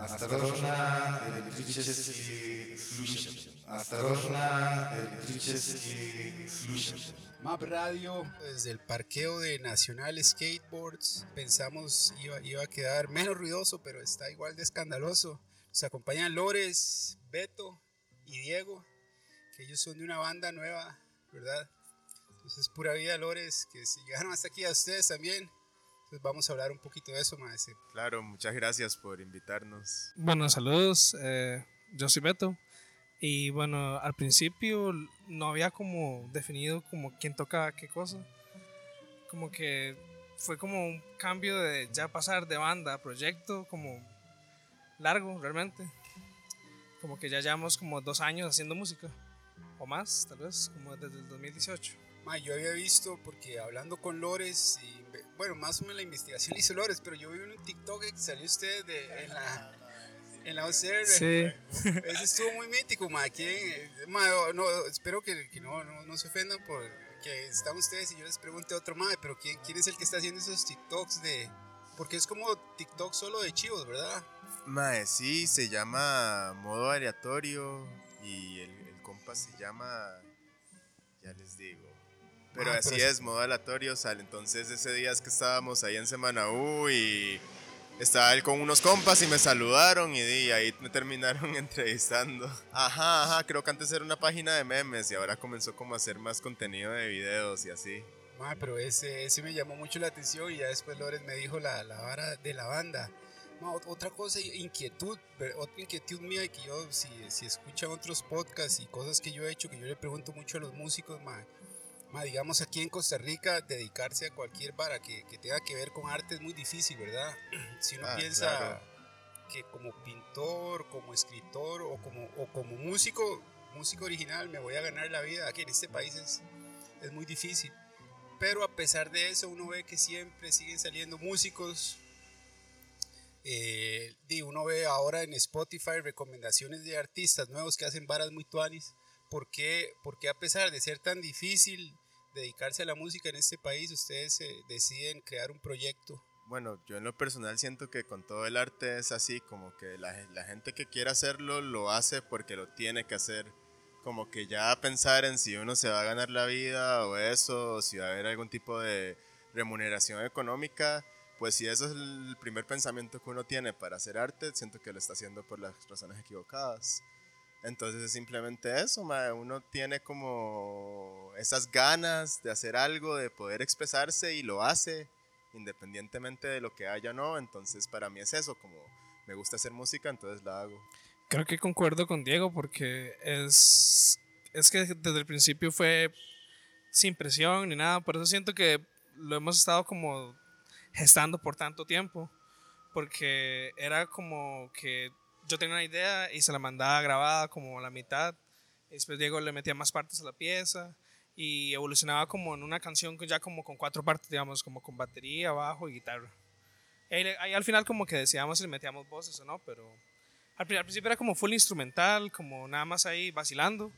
Осторожно, электрический случай. Осторожно, электрический случай. Map Radio, desde el parqueo de Nacional Skateboards, pensamos iba a quedar menos ruidoso, pero está igual de escandaloso. Nos acompañan Lores, Beto y Diego, que ellos son de una banda nueva, ¿verdad? Entonces, pura vida, Lores, que si llegaron hasta aquí a ustedes también. Entonces vamos a hablar un poquito de eso, maestro. Claro, muchas gracias por invitarnos. Bueno, saludos, yo soy Beto. Y bueno, al principio no había como definido como quién tocaba qué cosa. Como que fue como un cambio de ya pasar de banda a proyecto, como largo realmente. Como que ya llevamos como 2 años haciendo música, o más, tal vez, como desde el 2018. Yo había visto, porque hablando con Lores, y bueno, más o menos la investigación hizo Lores, pero yo vi un TikTok que salió usted en la OCR. Sí. Ese estuvo muy mítico, ma. No, espero que no se ofendan por que están ustedes y yo les pregunte otro, ma, pero ¿quién es el que está haciendo esos TikToks porque es como TikTok solo de chivos, ¿verdad? Mae, sí, se llama modo aleatorio y el compa se llama, ya les digo. Pero así es, modo aleatorio, sale. Entonces ese día es que estábamos ahí en Semana U y estaba él con unos compas y me saludaron y ahí me terminaron entrevistando. Ajá, creo que antes era una página de memes y ahora comenzó como a hacer más contenido de videos y así. Pero ese me llamó mucho la atención y ya después Lores me dijo la vara de la banda. Otra cosa, otra inquietud mía, que yo, si escuchan otros podcasts y cosas que yo he hecho, que yo le pregunto mucho a los músicos, digamos aquí en Costa Rica, dedicarse a cualquier vara que tenga que ver con arte es muy difícil, ¿verdad? Si uno piensa claro, que como pintor, como escritor o como músico original me voy a ganar la vida, aquí en este país es muy difícil. Pero a pesar de eso, uno ve que siempre siguen saliendo músicos. Uno ve ahora en Spotify recomendaciones de artistas nuevos que hacen varas muy tuanis. ¿Por qué a pesar de ser tan difícil dedicarse a la música en este país, ustedes deciden crear un proyecto? Bueno, yo en lo personal siento que con todo el arte es así, como que la gente que quiere hacerlo lo hace porque lo tiene que hacer. Como que ya pensar en si uno se va a ganar la vida o eso, o si va a haber algún tipo de remuneración económica, pues si eso es el primer pensamiento que uno tiene para hacer arte, siento que lo está haciendo por las razones equivocadas. Entonces es simplemente eso, uno tiene como esas ganas de hacer algo, de poder expresarse y lo hace, independientemente de lo que haya o no. Entonces para mí es eso, como me gusta hacer música, entonces la hago. Creo que concuerdo con Diego porque es que desde el principio fue sin presión ni nada, por eso siento que lo hemos estado como gestando por tanto tiempo, porque era como que yo tenía una idea y se la mandaba grabada como a la mitad, y después Diego le metía más partes a la pieza y evolucionaba como en una canción ya como con 4 partes, digamos, como con batería, bajo y guitarra. Ahí al final como que decíamos si le metíamos voces o no, pero al principio era como full instrumental, como nada más ahí vacilando.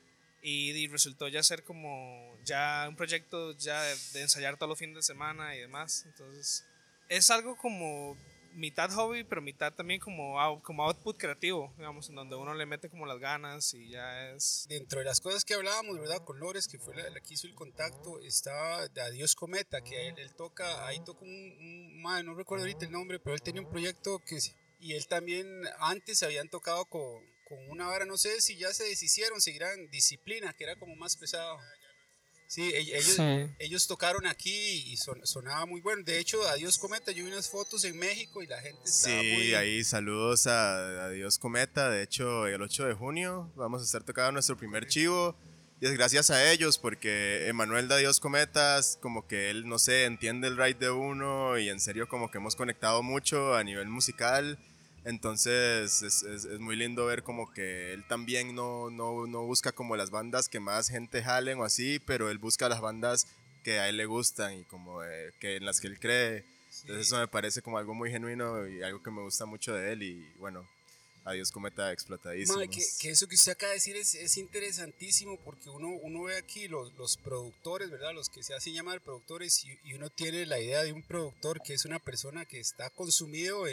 Y resultó ya ser como ya un proyecto ya de ensayar todos los fines de semana y demás. Entonces es algo como mitad hobby, pero mitad también como output creativo, digamos, en donde uno le mete como las ganas y ya es... Dentro de las cosas que hablábamos, ¿verdad? Con Lores, que fue la que hizo el contacto, estaba Adiós Cometa, que él toca, ahí toca no recuerdo ahorita el nombre, pero él tenía un proyecto y él también antes habían tocado con una vara, no sé si ya se deshicieron, seguirán Disciplina, que era como más pesado. Sí, ellos tocaron aquí y sonaba muy bueno. De hecho, Adiós Cometa, yo vi unas fotos en México y la gente estaba Sí, ahí saludos a Dios Cometa. De hecho, el 8 de junio vamos a estar tocando nuestro primer chivo. Y es gracias a ellos, porque Emanuel de Dios Cometas, como que él, no sé, entiende el ride de uno y en serio como que hemos conectado mucho a nivel musical. Entonces es muy lindo ver como que él también no busca como las bandas que más gente jalen o así, pero él busca las bandas que a él le gustan y como que en las que él cree. Entonces eso me parece como algo muy genuino y algo que me gusta mucho de él y bueno, Adiós Cometa explotadísimo. Que eso que usted acaba de decir es interesantísimo porque uno ve aquí los productores, ¿verdad? Los que se hacen llamar productores y uno tiene la idea de un productor que es una persona que está consumido en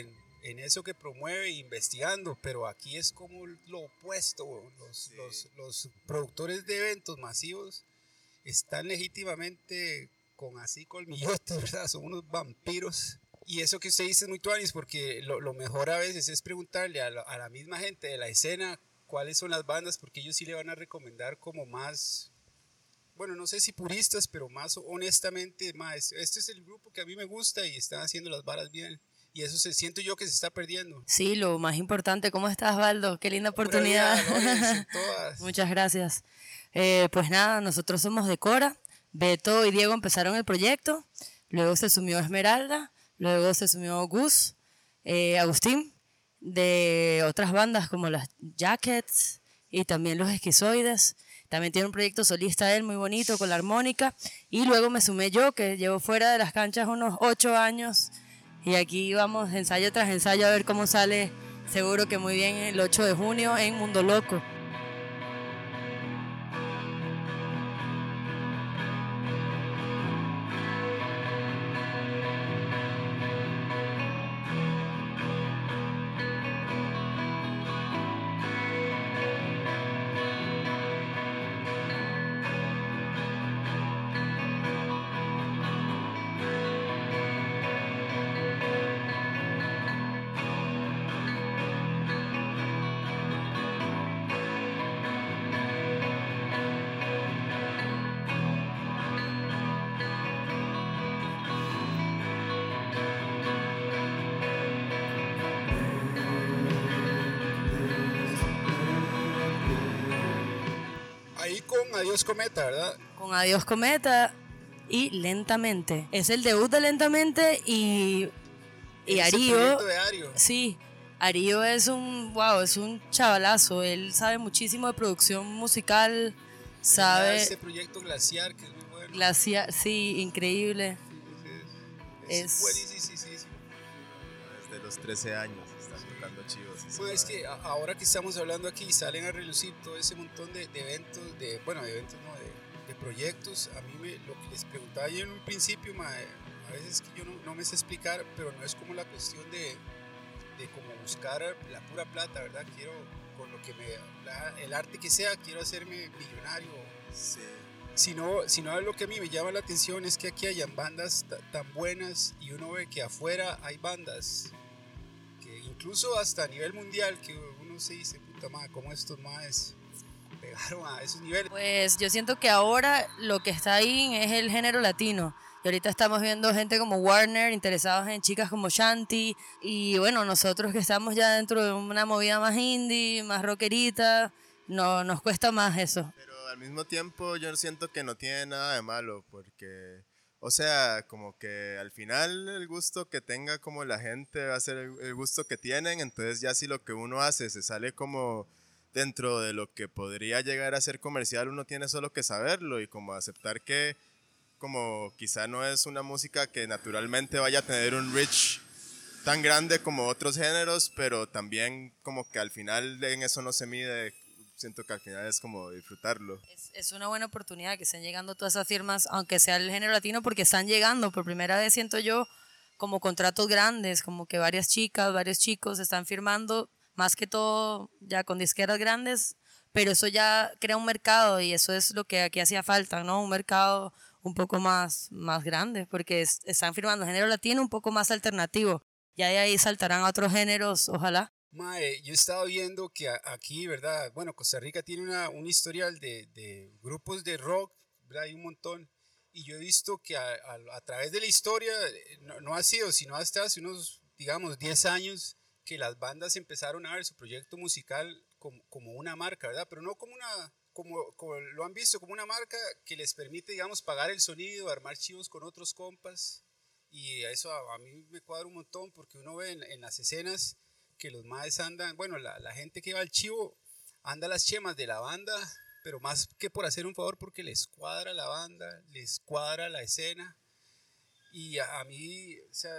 en eso que promueve, investigando, pero aquí es como lo opuesto. Los productores de eventos masivos están legítimamente con así colmillotes, ¿verdad? Son unos vampiros. Y eso que usted dice es muy tuanis, porque lo mejor a veces es preguntarle a la misma gente de la escena cuáles son las bandas, porque ellos sí le van a recomendar como más, bueno, no sé si puristas, pero más honestamente, más, este es el grupo que a mí me gusta y están haciendo las varas bien. Y eso siento yo que se está perdiendo. Sí, lo más importante. ¿Cómo estás, Valdo? Qué linda Pura oportunidad. vida, Dolores, en todas. Muchas gracias. Pues nada, nosotros somos de Cora. Beto y Diego empezaron el proyecto. Luego se sumió Esmeralda. Luego se sumió Gus, Agustín, de otras bandas como las Jackets y también los Esquizoides. También tiene un proyecto solista él muy bonito con la armónica. Y luego me sumé yo, que llevo fuera de las canchas unos 8 años. Y aquí vamos ensayo tras ensayo a ver cómo sale. Seguro que muy bien el 8 de junio en Mundo Loco. Ahí con Adiós Cometa, ¿verdad? Con Adiós Cometa y Lentamente. Es el debut de Lentamente y Es el Arío. proyecto de Ario. Sí, Arío es es un chavalazo. Él sabe muchísimo de producción musical, sabe Este proyecto Glaciar, que es muy bueno. glaciar, sí, increíble. Es Es- buenísimo. Desde los 13 años están tocando chivos. y Bueno, es suave. que ahora que estamos hablando aquí, salen a relucir todo ese montón de eventos, de eventos no, de proyectos. A mí lo que les preguntaba yo en un principio, a veces que yo no me sé explicar, pero no es como la cuestión de como buscar la pura plata, ¿verdad? Quiero, con lo que el arte que sea, quiero hacerme millonario. Sí. Sino lo que a mí me llama la atención es que aquí hayan bandas tan buenas y uno ve que afuera hay bandas que incluso hasta a nivel mundial que uno se dice, puta madre, ¿cómo estos maes pegaron a esos niveles? Pues yo siento que ahora lo que está ahí es el género latino. Y ahorita estamos viendo gente como Warner interesados en chicas como Shanti. Y bueno, nosotros que estamos ya dentro de una movida más indie, más rockerita, no, nos cuesta más eso. Pero al mismo tiempo yo siento que no tiene nada de malo porque, o sea, como que al final el gusto que tenga como la gente va a ser el gusto que tienen, entonces ya si lo que uno hace se sale como dentro de lo que podría llegar a ser comercial, uno tiene solo que saberlo y como aceptar que como quizá no es una música que naturalmente vaya a tener un reach tan grande como otros géneros, pero también como que al final en eso no se mide, siento que al final es como disfrutarlo. Es una buena oportunidad que estén llegando todas esas firmas, aunque sea el género latino, porque están llegando por primera vez, siento yo, como contratos grandes, como que varias chicas, varios chicos están firmando, más que todo ya con disqueras grandes, pero eso ya crea un mercado y eso es lo que aquí hacía falta, ¿no? Un mercado un poco más grande, porque están firmando género latino un poco más alternativo. Ya de ahí saltarán a otros géneros, ojalá. Mae, yo estaba viendo que aquí, ¿verdad? Bueno, Costa Rica tiene un historial de grupos de rock, ¿verdad? Hay un montón. Y yo he visto que a través de la historia, no ha sido, sino hasta hace unos, digamos, 10 años, que las bandas empezaron a ver su proyecto musical como una marca, ¿verdad? Pero no como como lo han visto, como una marca que les permite, digamos, pagar el sonido, armar chivos con otros compas. Y eso a mí me cuadra un montón porque uno ve en las escenas que los maes andan, bueno, la gente que va al chivo anda a las chemas de la banda, pero más que por hacer un favor porque les cuadra la banda, les cuadra la escena. Y a mí, o sea,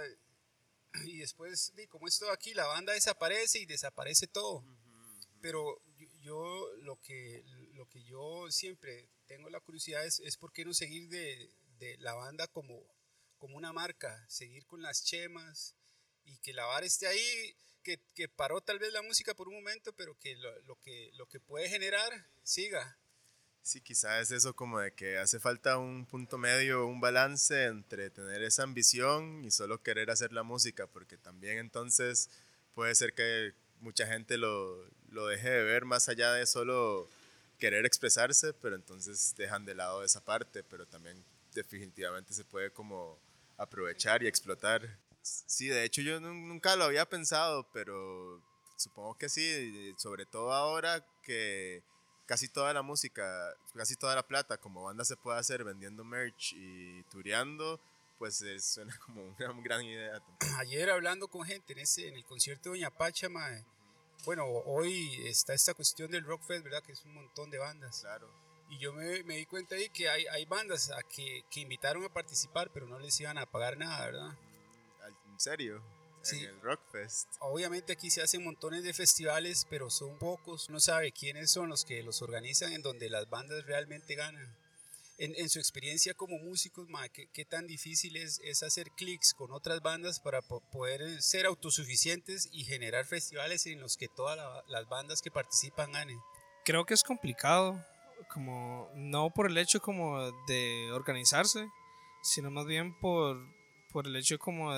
y después, como es todo aquí, la banda desaparece y desaparece todo. Pero yo lo que yo siempre tengo la curiosidad es por qué no seguir de la banda como una marca, seguir con las chemas y que la vara esté ahí, que paró tal vez la música por un momento, pero que lo que puede generar siga. Sí, quizás es eso como de que hace falta un punto medio, un balance entre tener esa ambición y solo querer hacer la música, porque también entonces puede ser que mucha gente lo deje de ver más allá de solo querer expresarse, pero entonces dejan de lado esa parte, pero también definitivamente se puede como aprovechar y explotar. Sí, de hecho yo nunca lo había pensado, pero supongo que sí, sobre todo ahora que casi toda la música, casi toda la plata como banda se puede hacer vendiendo merch y tureando, pues suena como una gran idea. Ayer hablando con gente en el concierto de Doña Pacha, mae, bueno, hoy está esta cuestión del Rockfest, ¿verdad? Que es un montón de bandas. Claro. Y yo me di cuenta ahí que hay bandas que invitaron a participar, pero no les iban a pagar nada, ¿verdad? ¿En serio? Sí. En el Rockfest. Obviamente aquí se hacen montones de festivales, pero son pocos. Uno sabe quiénes son los que los organizan, en donde las bandas realmente ganan. En su experiencia como músicos, ma, ¿qué tan difícil es hacer clics con otras bandas para poder ser autosuficientes y generar festivales en los que todas las bandas que participan ganen? Creo que es complicado, como no por el hecho como de organizarse, sino más bien por el hecho como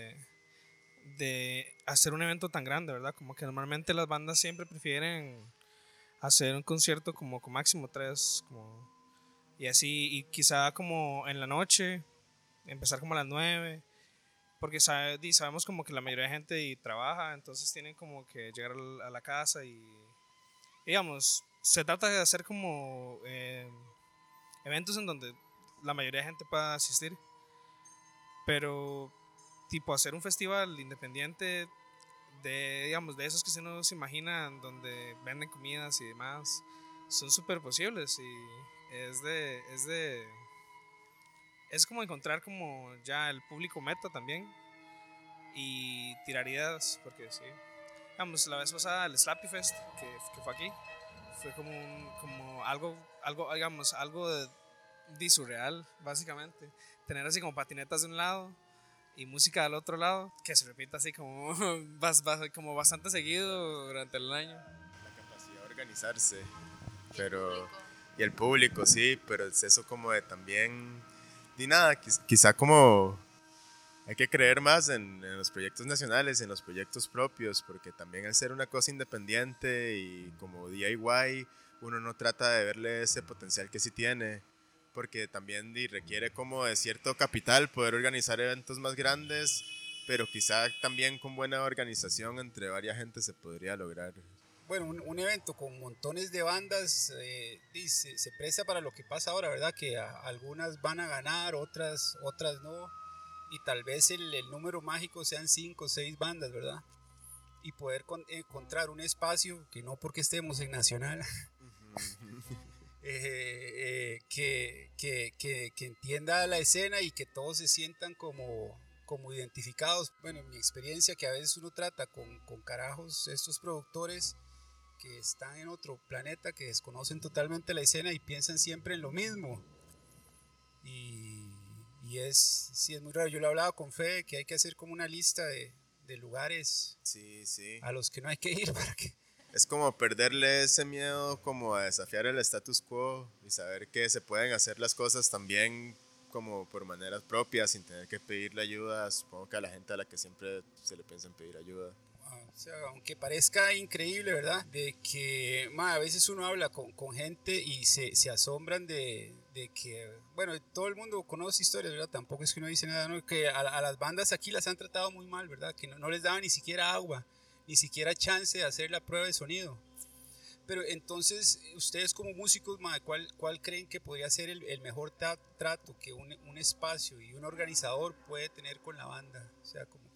de hacer un evento tan grande, ¿verdad? Como que normalmente las bandas siempre prefieren hacer un concierto como con máximo 3, como, y así, y quizá como en la noche, empezar como a las 9, porque sabemos como que la mayoría de gente trabaja, entonces tienen como que llegar a la casa y, digamos, se trata de hacer como eventos en donde la mayoría de gente pueda asistir, pero tipo hacer un festival independiente digamos, de esos que uno se imagina donde venden comidas y demás, son súper posibles y es como encontrar como ya el público meta también y tirar ideas, porque sí, digamos, la vez pasada el Slappy Fest que fue aquí, fue como algo, digamos, algo de surreal, básicamente, tener así como patinetas de un lado y música del otro lado, que se repita así como, como bastante seguido durante el año. La capacidad de organizarse, pero y el público, sí, pero es eso como de también, ni nada, quizá como hay que creer más en los proyectos nacionales, en los proyectos propios, porque también al ser una cosa independiente y como DIY, uno no trata de verle ese potencial que sí tiene, porque también requiere como de cierto capital poder organizar eventos más grandes, pero quizá también con buena organización entre varias gente se podría lograr. Bueno, un evento con montones de bandas se presta para lo que pasa ahora, ¿verdad? Que algunas van a ganar, otras no. Y tal vez el número mágico sean 5 o 6 bandas, ¿verdad? Y poder encontrar un espacio, que no porque estemos en Nacional, que entienda la escena y que todos se sientan como identificados. Bueno, en mi experiencia, que a veces uno trata con carajos estos productores que están en otro planeta, que desconocen totalmente la escena y piensan siempre en lo mismo. Y sí, es muy raro. Yo lo hablaba con Fede, que hay que hacer como una lista de lugares Sí, sí. a los que no hay que ir para que... Es como perderle ese miedo como a desafiar el status quo y saber que se pueden hacer las cosas también como por maneras propias sin tener que pedirle ayuda, supongo que a la gente a la que siempre se le piensa en pedir ayuda. O sea, aunque parezca increíble, ¿verdad? De que a veces uno habla con gente y se asombran de que, bueno, todo el mundo conoce historias, ¿verdad? Tampoco es que uno dice nada, ¿no? Que a las bandas aquí las han tratado muy mal, ¿verdad? Que no les daban ni siquiera agua, ni siquiera chance de hacer la prueba de sonido. Pero entonces, ustedes como músicos, ¿cuál creen que podría ser el mejor trato que un espacio y un organizador puede tener con la banda? O sea, como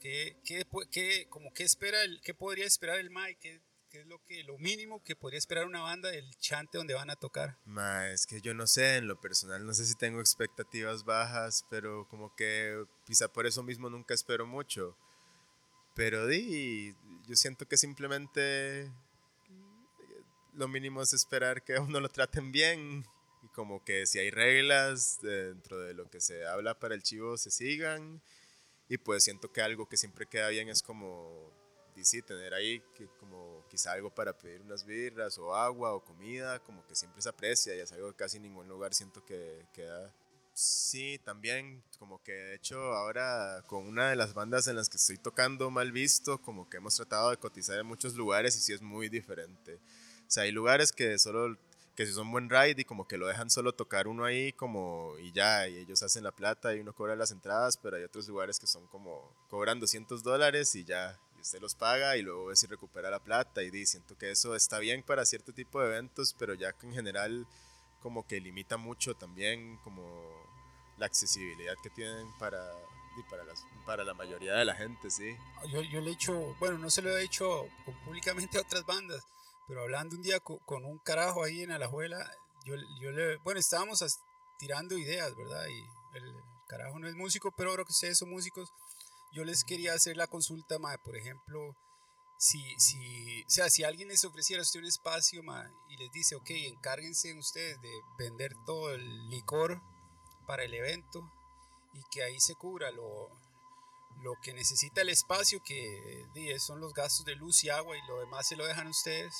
¿qué podría esperar el MAE? ¿Qué es lo mínimo que podría esperar una banda del chante donde van a tocar? Es que yo no sé, en lo personal no sé si tengo expectativas bajas, pero como que quizá por eso mismo nunca espero mucho. Pero yo siento que simplemente lo mínimo es esperar que a uno lo traten bien y como que si hay reglas dentro de lo que se habla para el chivo se sigan Y pues siento que algo que siempre queda bien es como, y sí, tener ahí que como quizá algo para pedir unas birras o agua o comida, como que siempre se aprecia y es algo que casi ningún lugar siento que queda. Sí, también como que de hecho ahora con una de las bandas en las que estoy tocando Mal Visto, como que hemos tratado de cotizar en muchos lugares y sí es muy diferente. O sea, hay lugares que solo, que si son buen ride y como que lo dejan solo tocar uno ahí como y ya, y ellos hacen la plata y uno cobra las entradas, pero hay otros lugares que son como cobran $200 y ya, y usted los paga y luego ve si recupera la plata y siento que eso está bien para cierto tipo de eventos, pero ya que en general como que limita mucho también como la accesibilidad que tienen para la mayoría de la gente, sí. Yo le he hecho, bueno, no se lo he hecho públicamente a otras bandas, pero hablando un día con un carajo ahí en Alajuela, bueno, estábamos tirando ideas, ¿verdad? Y el carajo no es músico, pero ahora que ustedes son músicos, yo les quería hacer la consulta, ma, por ejemplo, o sea, si alguien les ofreciera a usted un espacio, ma, y les dice, ok, encárguense ustedes de vender todo el licor para el evento y que ahí se cubra lo que necesita el espacio, que son los gastos de luz y agua y lo demás se lo dejan ustedes,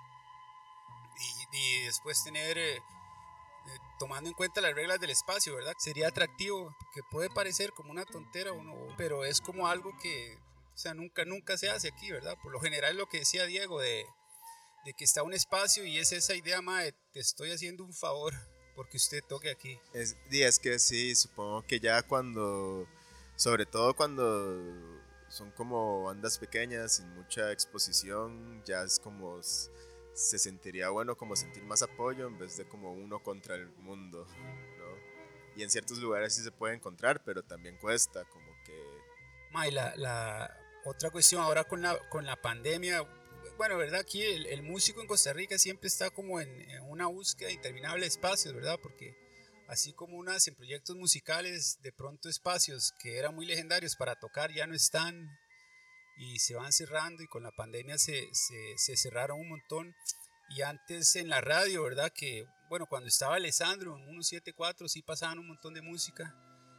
y después tener, tomando en cuenta las reglas del espacio, ¿verdad? Sería atractivo, que puede parecer como una tontera, pero es como algo que, o sea, nunca se hace aquí, ¿verdad? Por lo general lo que decía Diego de que está un espacio y es esa idea, de te estoy haciendo un favor porque usted toque aquí. Es que sí, supongo que ya cuando, sobre todo cuando son como bandas pequeñas sin mucha exposición, ya es como se sentiría bueno como sentir más apoyo en vez de como uno contra el mundo, ¿no? Y en ciertos lugares sí se puede encontrar, pero también cuesta como que... Y la otra cuestión ahora con la pandemia, bueno, ¿verdad? Aquí el músico en Costa Rica siempre está como en una búsqueda de interminables espacios, ¿verdad? Porque así como unas en proyectos musicales, de pronto espacios que eran muy legendarios para tocar ya no están y se van cerrando, y con la pandemia se cerraron un montón. Y antes en la radio, ¿verdad? Que, bueno, cuando estaba Alessandro en 174 sí pasaban un montón de música.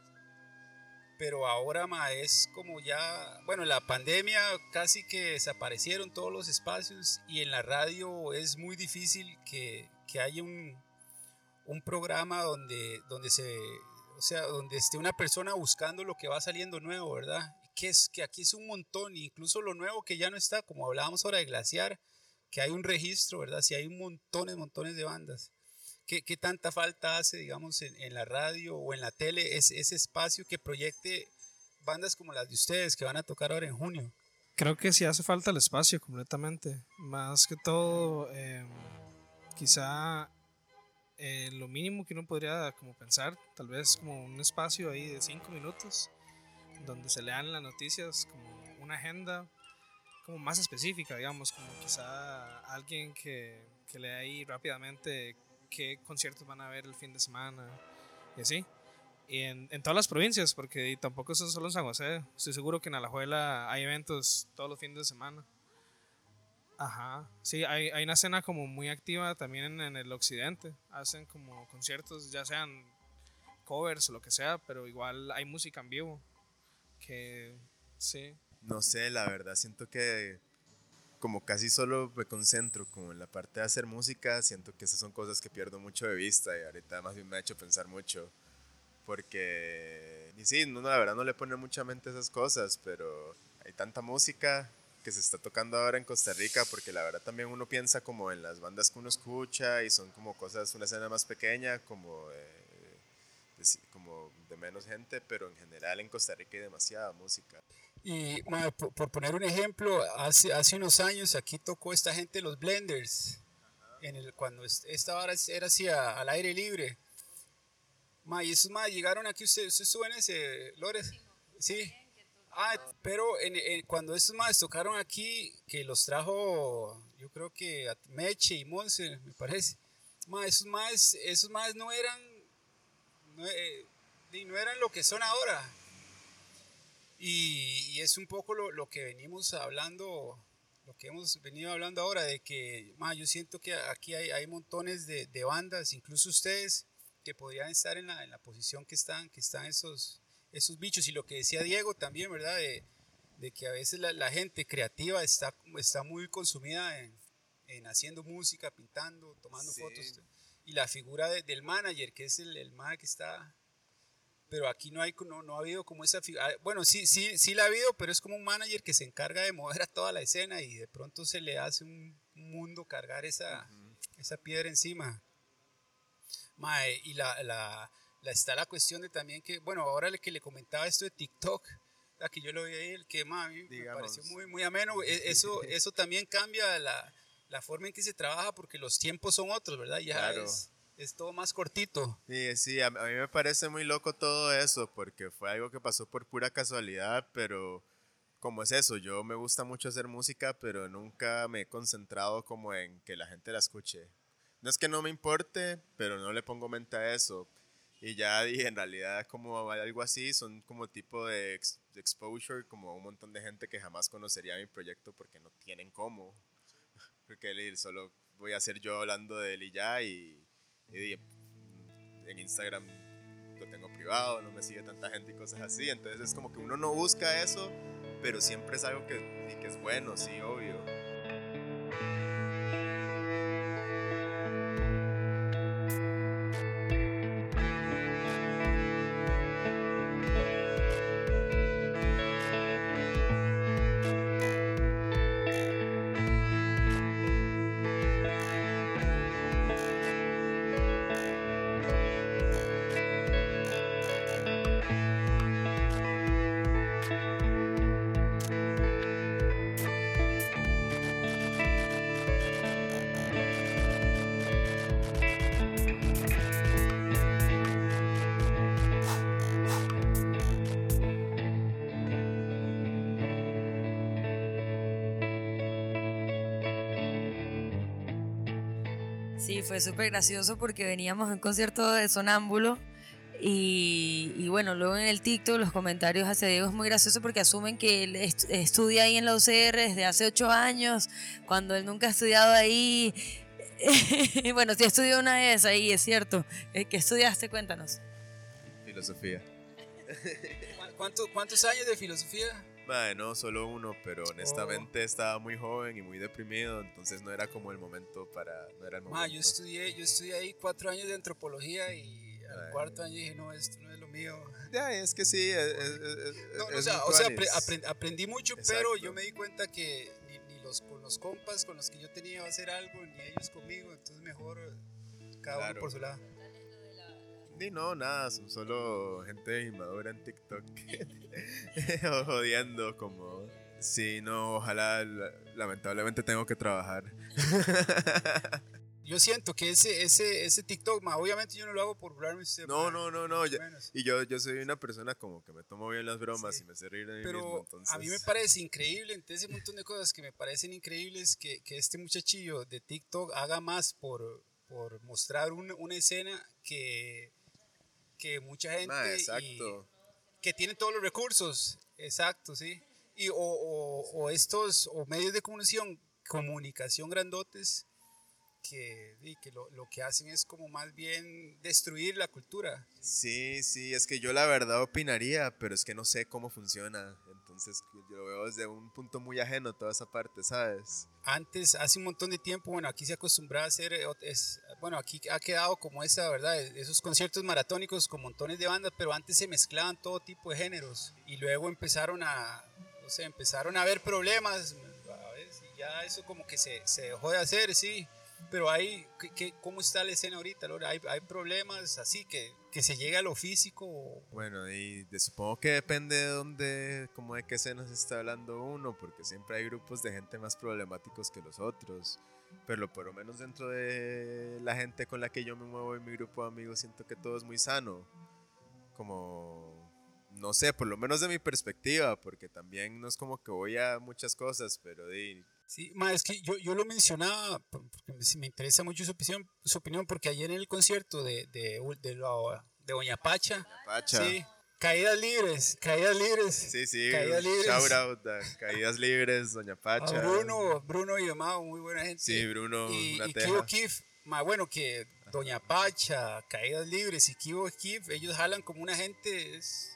Pero ahora, es como ya, bueno, la pandemia casi que desaparecieron todos los espacios, y en la radio es muy difícil que haya un programa donde o sea, donde esté una persona buscando lo que va saliendo nuevo, ¿verdad? Que aquí es un montón, incluso lo nuevo que ya no está, como hablábamos ahora de Glaciar, que hay un registro, ¿verdad? Si hay montones de bandas. ¿Qué tanta falta hace, digamos, en la radio o en la tele ese espacio que proyecte bandas como las de ustedes que van a tocar ahora en junio? Creo que sí hace falta el espacio completamente. Más que todo, quizá lo mínimo que uno podría como pensar, tal vez como un espacio ahí de 5 minutos, donde se lean las noticias, como una agenda como más específica, digamos, como quizá alguien que lea ahí rápidamente qué conciertos van a haber el fin de semana y así. Y en todas las provincias, porque tampoco es solo en San José. Estoy seguro que en Alajuela hay eventos todos los fines de semana. Ajá, sí, hay una escena como muy activa también en el occidente. Hacen como conciertos, ya sean covers o lo que sea, pero igual hay música en vivo. Que sí. No sé, la verdad, siento que como casi solo me concentro como en la parte de hacer música, siento que esas son cosas que pierdo mucho de vista y ahorita más bien me ha hecho pensar mucho. Porque, y sí, no, la verdad no le pone mucha mente a esas cosas, pero hay tanta música que se está tocando ahora en Costa Rica, porque la verdad también uno piensa como en las bandas que uno escucha y son como cosas, una escena más pequeña, como de menos gente, pero en general en Costa Rica hay demasiada música. Y por poner un ejemplo, hace unos años aquí tocó esta gente los Blenders, cuando esta hora era así al aire libre. Y esos llegaron aquí, ¿ustedes suben ese, Lores? Sí. Pero cuando estos tocaron aquí, que los trajo, yo creo que a Meche y Monse, me parece. Esos más no eran, no eran lo que son ahora. Y es un poco lo que venimos hablando, lo que hemos venido hablando ahora, de que yo siento que aquí hay montones de bandas, incluso ustedes, que podrían estar en la posición que están esos bichos. Y lo que decía Diego también, ¿verdad? De que a veces la gente creativa está muy consumida en haciendo música, pintando, tomando Sí. fotos. Y la figura del manager, que es el man que está... Pero aquí no ha habido como esa figura. Bueno, sí la ha habido, pero es como un manager que se encarga de mover a toda la escena y de pronto se le hace un mundo cargar esa piedra encima. Mae, y está la cuestión de también que, bueno, ahora que le comentaba esto de TikTok, que yo lo vi ahí, el que a mí me pareció muy ameno. Eso también cambia la forma en que se trabaja porque los tiempos son otros, ¿verdad? Ya Claro. es todo más cortito. Sí, a mí me parece muy loco todo eso, porque fue algo que pasó por pura casualidad, pero como es eso, yo me gusta mucho hacer música, pero nunca me he concentrado como en que la gente la escuche. No es que no me importe, pero no le pongo mente a eso. Y ya dije, en realidad como algo así, son como tipo de exposure, como un montón de gente que jamás conocería mi proyecto porque no tienen cómo. Porque solo voy a ser yo hablando de él y ya, y en Instagram lo tengo privado, no me sigue tanta gente y cosas así. Entonces es como que uno no busca eso, pero siempre es algo que es bueno, sí, obvio. Sí, fue súper gracioso porque veníamos a un concierto de Sonámbulo y bueno, luego en el TikTok los comentarios hacia Diego es muy gracioso porque asumen que él estudia ahí en la UCR desde hace 8 años, cuando él nunca ha estudiado ahí. Bueno, sí estudió una vez ahí, es cierto. ¿Qué estudiaste? Cuéntanos. Filosofía. ¿Cuántos años de filosofía? Madre, no, solo uno, pero honestamente estaba muy joven y muy deprimido, entonces no era como el momento no era el momento. Yo estudié ahí 4 años de antropología y al cuarto año dije, no, esto no es lo mío. Ya, es que sí, No, es o muy sea, tuanis. aprendí mucho, Exacto. pero yo me di cuenta que con los compas con los que yo tenía iba a hacer algo, ni ellos conmigo, entonces mejor cada uno Claro. por su lado. Ni no, nada, son solo gente inmadura en TikTok jodiendo como... Sí, no, ojalá, lamentablemente tengo que trabajar. Yo siento que ese TikTok, obviamente yo no lo hago por burlarme de usted. No, Menos. y yo soy una persona como que me tomo bien las bromas Sí. y me sé reír de mí Pero mismo, entonces... a mí me parece increíble, entre ese montón de cosas que me parecen increíbles, que este muchachillo de TikTok haga más por mostrar una escena que mucha gente exacto. que tiene todos los recursos, exacto, sí. O estos o medios de comunicación grandotes que lo que hacen es como más bien destruir la cultura. Sí, es que yo la verdad opinaría, pero es que no sé cómo funciona, entonces yo lo veo desde un punto muy ajeno toda esa parte, ¿sabes? Antes, hace un montón de tiempo, bueno, aquí se acostumbraba a hacer, bueno, aquí ha quedado como esa, ¿verdad? Esos conciertos maratónicos con montones de bandas, pero antes se mezclaban todo tipo de géneros y luego empezaron a haber problemas, ¿sabes? Y ya eso como que se dejó de hacer, sí. Pero ¿cómo está la escena ahorita, Laura? ¿Hay problemas así que se llega a lo físico? Bueno, supongo que depende de dónde, como de qué escenas está hablando uno, porque siempre hay grupos de gente más problemáticos que los otros. Pero por lo menos dentro de la gente con la que yo me muevo en mi grupo de amigos, siento que todo es muy sano. Como, no sé, por lo menos de mi perspectiva, porque también no es como que voy a muchas cosas, pero Sí, es que yo lo mencionaba porque me interesa mucho su opinión porque ayer en el concierto de Doña Pacha, Pacha. sí, caídas libres. Sí, caídas libres. shout out a Caídas Libres, Doña Pacha. A Bruno y Amado, muy buena gente. Sí, Bruno, una y teja. Kibo Kif, bueno, que Doña Pacha, Caídas Libres y Kibo Kif, ellos jalan como una gente,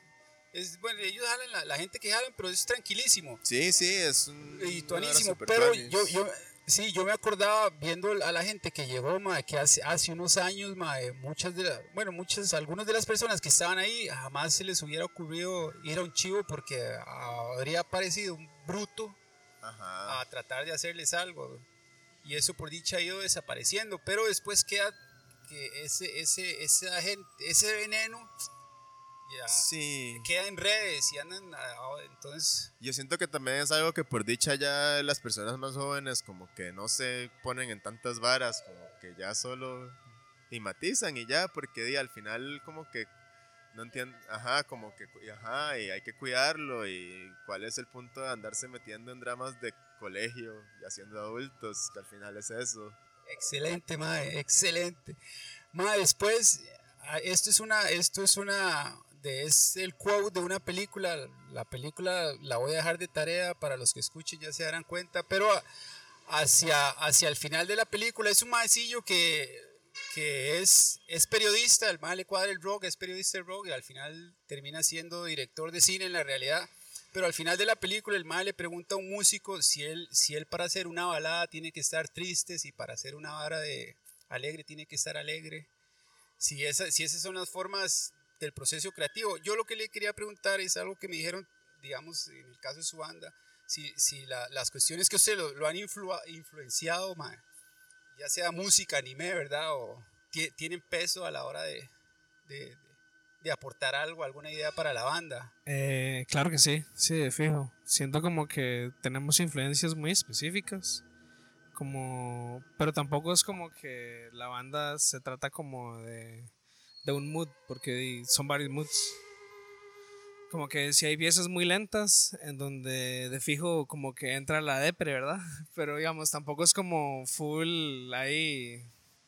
Bueno, ellos jalan, la gente que jalan, pero es tranquilísimo. Sí, sí, es un... Y una tuanísimo, super pero tuanis. sí, yo me acordaba viendo a la gente que llegó, mae, que hace unos años, mae, algunas de las personas que estaban ahí jamás se les hubiera ocurrido ir a un chivo porque habría parecido un bruto Ajá. a tratar de hacerles algo. Y eso por dicha ha ido desapareciendo, pero después queda que ese veneno ya Sí. queda en redes y andan, entonces... Yo siento que también es algo que por dicha ya las personas más jóvenes como que no se ponen en tantas varas, como que ya solo matizan y ya, porque al final como que no entienden, ajá, como que, ajá, y hay que cuidarlo y cuál es el punto de andarse metiendo en dramas de colegio y haciendo adultos, que al final es eso. Excelente, mae, excelente. Mae, después, es el quote de una película. La película la voy a dejar de tarea para los que escuchen, ya se darán cuenta, pero hacia el final de la película es un maecillo que es periodista, el mae le cuadra el rock, es periodista del rock y al final termina siendo director de cine en la realidad. Pero al final de la película el mae le pregunta a un músico si él para hacer una balada tiene que estar triste, si para hacer una vara de alegre tiene que estar alegre, si esas son las formas del proceso creativo. Yo lo que le quería preguntar es algo que me dijeron, digamos, en el caso de su banda, si las cuestiones que usted lo han influenciado, mae, ya sea música, anime, ¿verdad? O tienen peso a la hora de aportar algo, alguna idea para la banda. Claro que sí, sí, de fijo. Siento como que tenemos influencias muy específicas, pero tampoco es como que la banda se trata como de un mood, porque son varios moods. Como que si hay piezas muy lentas, en donde de fijo como que entra la depre, ¿verdad? Pero digamos, tampoco es como full ahí.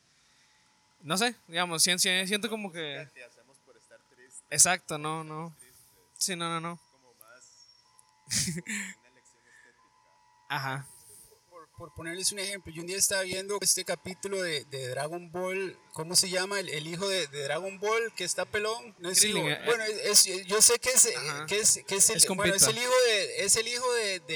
No sé, digamos, siento como que... Que hacemos por estar tristes. Exacto, no. Sí, no. Como más una elección estética. Ajá. Por ponerles un ejemplo, yo un día estaba viendo este capítulo de Dragon Ball, ¿cómo se llama? El hijo de Dragon Ball que está pelón, no es hijo, Krillin, bueno, yo sé que Ajá. que es Es bueno, compita. es el hijo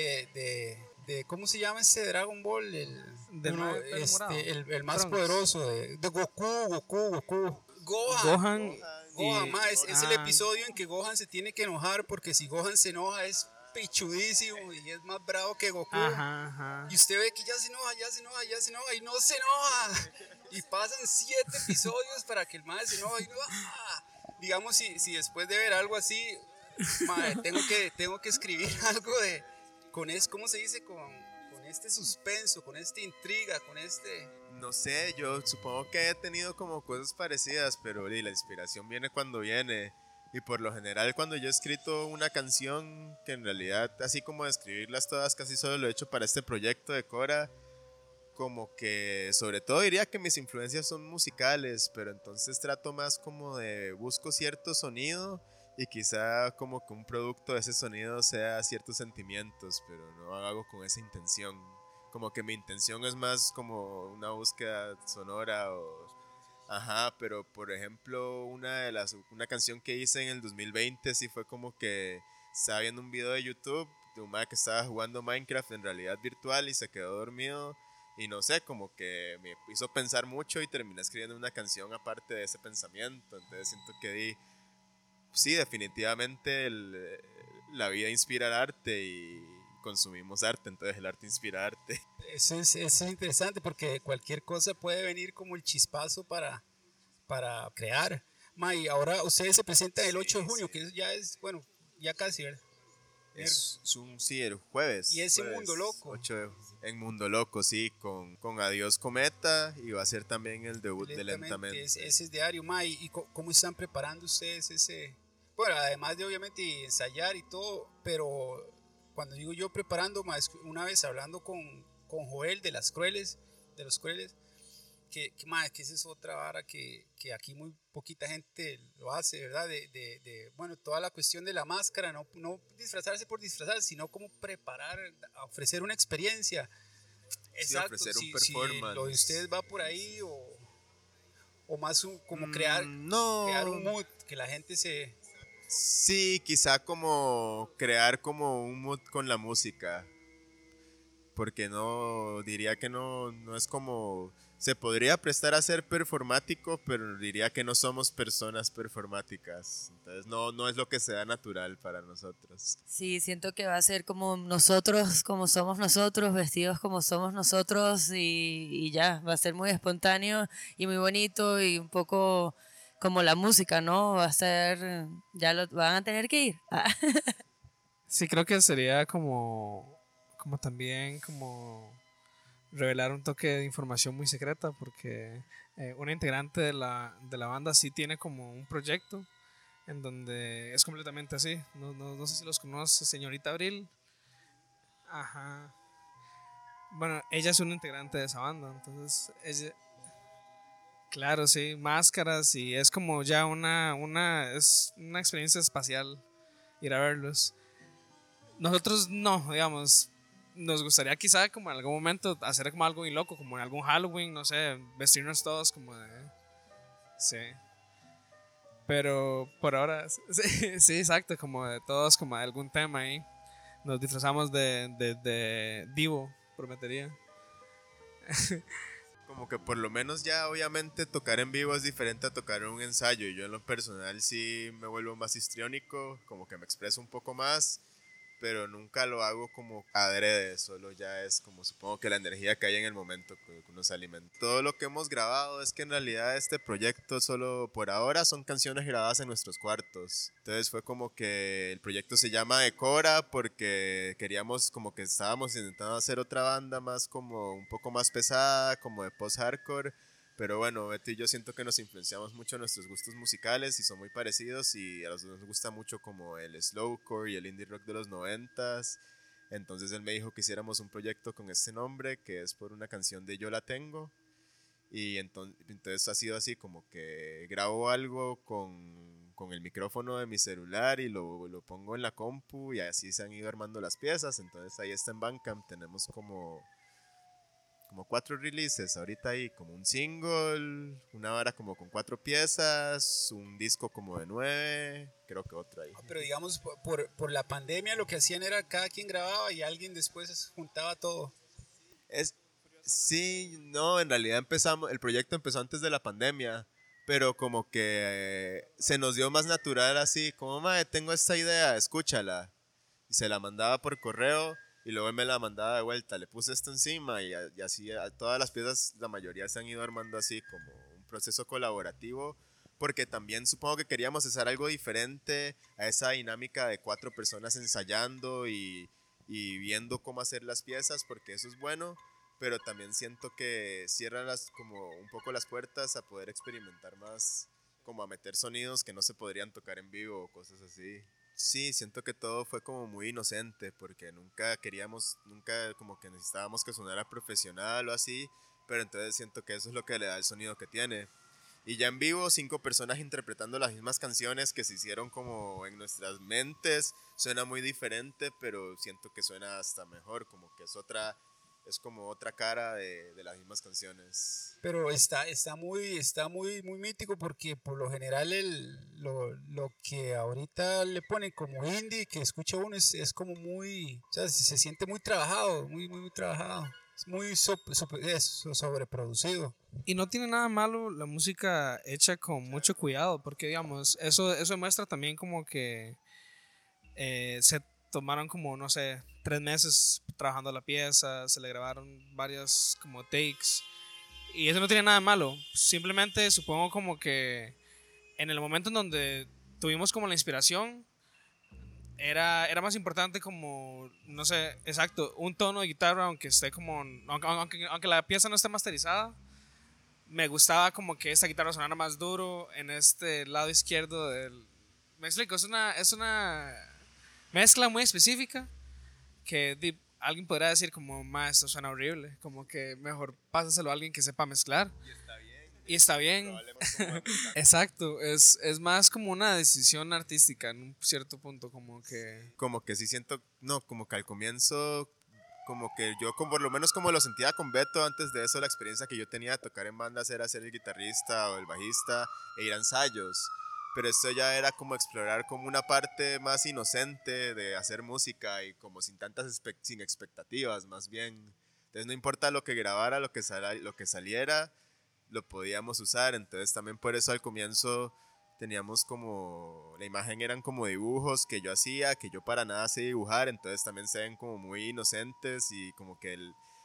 ¿cómo se llama este Dragon Ball? Del mae de pelo morado. El más Trunks. poderoso de Goku. Gohan Gohan, y... ma, es el Ah, episodio en que Gohan se tiene que enojar porque si Gohan se enoja es pichudísimo y es más bravo que Goku. Ajá. Y usted ve que ya se enoja y no se enoja. Y pasan 7 episodios para que el madre se enoja y no. Digamos, si después de ver algo así, madre, tengo que escribir algo ¿cómo se dice? Con este suspenso, con esta intriga, con este... No sé, yo supongo que he tenido como cosas parecidas, pero la inspiración viene cuando viene. Y por lo general cuando yo he escrito una canción, que en realidad así como de escribirlas todas casi solo lo he hecho para este proyecto de Cora, como que sobre todo diría que mis influencias son musicales, pero entonces trato más como de busco cierto sonido y quizá como que un producto de ese sonido sea ciertos sentimientos, pero no hago con esa intención. Como que mi intención es más como una búsqueda sonora o... Ajá, pero por ejemplo una canción que hice en el 2020 sí fue como que estaba viendo un video de YouTube de un man que estaba jugando Minecraft en realidad virtual y se quedó dormido y no sé, como que me hizo pensar mucho y terminé escribiendo una canción aparte de ese pensamiento, entonces siento que sí, definitivamente la vida inspira el arte y consumimos arte, entonces el arte inspira arte. Eso es interesante porque cualquier cosa puede venir como el chispazo para crear. Ma, y ahora ustedes se presentan el 8 de junio, que ya es, bueno, ya casi, ¿verdad? Sí, el jueves. Y ese jueves Mundo Loco. 8 en Mundo Loco, sí, con Adiós Cometa y va a ser también el debut de Lentamente. Ese es diario, ma, y cómo están preparando ustedes ese... Bueno, además de obviamente ensayar y todo, pero cuando digo yo preparando, ma, es una vez hablando con Joel de Los Crueles, que esa es otra vara que aquí muy poquita gente lo hace, ¿verdad? Bueno, toda la cuestión de la máscara, no disfrazarse por disfrazar, sino como preparar, ofrecer una experiencia. Exacto, ofrecer un si performance. lo de ustedes va por ahí o más como crear No. crear un mood, que la gente se Sí, quizá como crear como un mood con la música, porque no, diría que no es como, se podría prestar a ser performático, pero diría que no somos personas performáticas, entonces no es lo que sea natural para nosotros. Sí, siento que va a ser como nosotros, como somos nosotros, vestidos como somos nosotros y ya, va a ser muy espontáneo y muy bonito y un poco como la música, ¿no? Va a ser, ya lo van a tener que ir. Sí, creo que sería como también como revelar un toque de información muy secreta porque una integrante de la banda sí tiene como un proyecto en donde es completamente así. No sé si los conoce, señorita Abril. Ajá. Bueno, ella es una integrante de esa banda, entonces claro, sí, máscaras y es como ya es una experiencia espacial ir a verlos. Nosotros no, digamos, nos gustaría quizá como en algún momento hacer como algo muy loco, como en algún Halloween, no sé, vestirnos todos como de... Sí. Pero por ahora, sí, sí, exacto, como de todos, como de algún tema ahí. Nos disfrazamos de Divo, prometería. Como que por lo menos ya obviamente tocar en vivo es diferente a tocar en un ensayo y yo en lo personal sí me vuelvo más histriónico, como que me expreso un poco más, pero nunca lo hago como adrede, solo ya es como supongo que la energía que hay en el momento que uno se alimenta. Todo lo que hemos grabado es que en realidad este proyecto solo por ahora son canciones grabadas en nuestros cuartos. Entonces fue como que el proyecto se llama Decora porque queríamos como que estábamos intentando hacer otra banda más como un poco más pesada, como de post-hardcore. Pero bueno, Beto y yo siento que nos influenciamos mucho en nuestros gustos musicales y son muy parecidos y a los dos nos gusta mucho como el slowcore y el indie rock de los noventas. Entonces él me dijo que hiciéramos un proyecto con este nombre que es por una canción de Yo la tengo. Y entonces ha sido así como que grabo algo con el micrófono de mi celular y lo pongo en la compu y así se han ido armando las piezas. Entonces ahí está en Bandcamp, tenemos como 4 releases, ahorita hay como un single, una vara como con 4 piezas, un disco como de 9, creo que otro ahí. Pero digamos, por la pandemia lo que hacían era cada quien grababa y alguien después juntaba todo. Es, sí, no, en realidad el proyecto empezó antes de la pandemia, pero como que se nos dio más natural así, como, mae, tengo esta idea, escúchala. Y se la mandaba por correo y luego él me la mandaba de vuelta. Le puse esto encima y así todas las piezas, la mayoría se han ido armando así como un proceso colaborativo. Porque también supongo que queríamos hacer algo diferente a esa dinámica de 4 personas ensayando y viendo cómo hacer las piezas, porque eso es bueno, pero también siento que cierra como un poco las puertas a poder experimentar más, como a meter sonidos que no se podrían tocar en vivo o cosas así. Sí, siento que todo fue como muy inocente porque nunca como que necesitábamos que sonara profesional o así, pero entonces siento que eso es lo que le da el sonido que tiene. Y ya en vivo, 5 personas interpretando las mismas canciones que se hicieron como en nuestras mentes, suena muy diferente, pero siento que suena hasta mejor, como que es como otra cara de las mismas canciones. Pero muy mítico porque por lo general lo que ahorita le ponen como indie que escucha uno es como muy, o sea, se siente muy trabajado, muy trabajado. Es muy sobreproducido. Y no tiene nada malo la música hecha con mucho cuidado, porque digamos, eso demuestra también como que se tomaron como, no sé, 3 meses trabajando la pieza, se le grabaron varias como takes, y eso no tiene nada de malo, simplemente supongo como que en el momento en donde tuvimos como la inspiración, era más importante como, no sé, exacto, un tono de guitarra, aunque esté como, aunque la pieza no esté masterizada, me gustaba como que esta guitarra sonara más duro en este lado izquierdo del... Me explico, es una mezcla muy específica que alguien podrá decir como, ma, esto suena horrible, como que mejor pásaselo a alguien que sepa mezclar. Y está bien. Exacto, es más como una decisión artística en un cierto punto, como que... Como que sí siento, no, como que al comienzo, como que yo por lo menos como lo sentía con Beto, antes de eso la experiencia que yo tenía de tocar en bandas era ser el guitarrista o el bajista e ir a ensayos. pero esto ya era como explorar como una parte más inocente de hacer música y como sin tantas sin expectativas más bien. Entonces no importa lo que grabara, lo que saliera, lo podíamos usar. Entonces también por eso al comienzo teníamos como, la imagen eran como dibujos que yo hacía, que yo para nada sé dibujar, entonces también se ven como muy inocentes y como que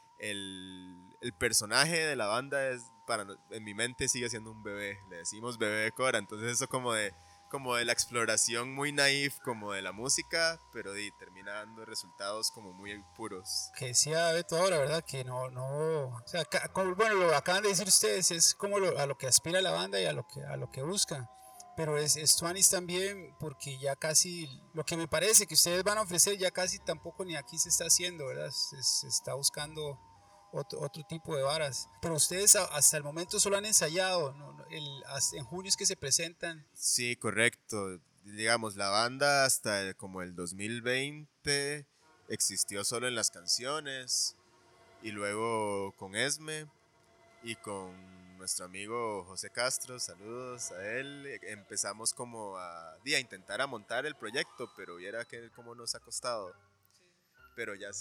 el personaje de la banda en mi mente sigue siendo un bebé, le decimos bebé de Cora, entonces eso como de la exploración muy naif como de la música, pero termina dando resultados como muy puros. Que decía Beto ahora, ¿verdad? Que no, o sea, bueno, lo acaban de decir ustedes, es como a lo que aspira la banda y a lo que busca. Pero es tuanis también porque ya casi, lo que me parece que ustedes van a ofrecer ya casi tampoco ni aquí se está haciendo, ¿verdad? Se está buscando otro tipo de varas. Pero ustedes hasta el momento solo han ensayado, ¿no? En junio es que se presentan. Sí, correcto. Digamos, la banda hasta como el 2020 existió solo en las canciones y luego con Esme y con nuestro amigo José Castro, saludos a él, empezamos como a intentar a montar el proyecto, pero viera que cómo nos ha costado. Pero ya...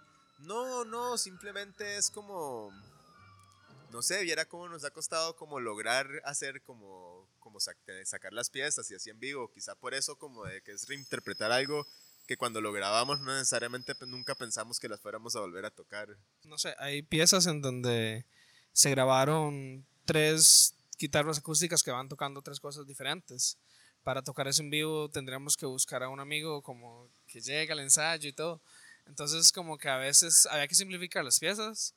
No, simplemente es como... No sé, viera cómo nos ha costado como lograr hacer como sacar las piezas y así en vivo. Quizá por eso como de que es reinterpretar algo que cuando lo grabamos no necesariamente nunca pensamos que las fuéramos a volver a tocar. No sé, hay piezas en donde se grabaron 3 guitarras acústicas que van tocando 3 cosas diferentes. Para tocar eso en vivo tendríamos que buscar a un amigo como que llegue al ensayo y todo. Entonces como que a veces había que simplificar las piezas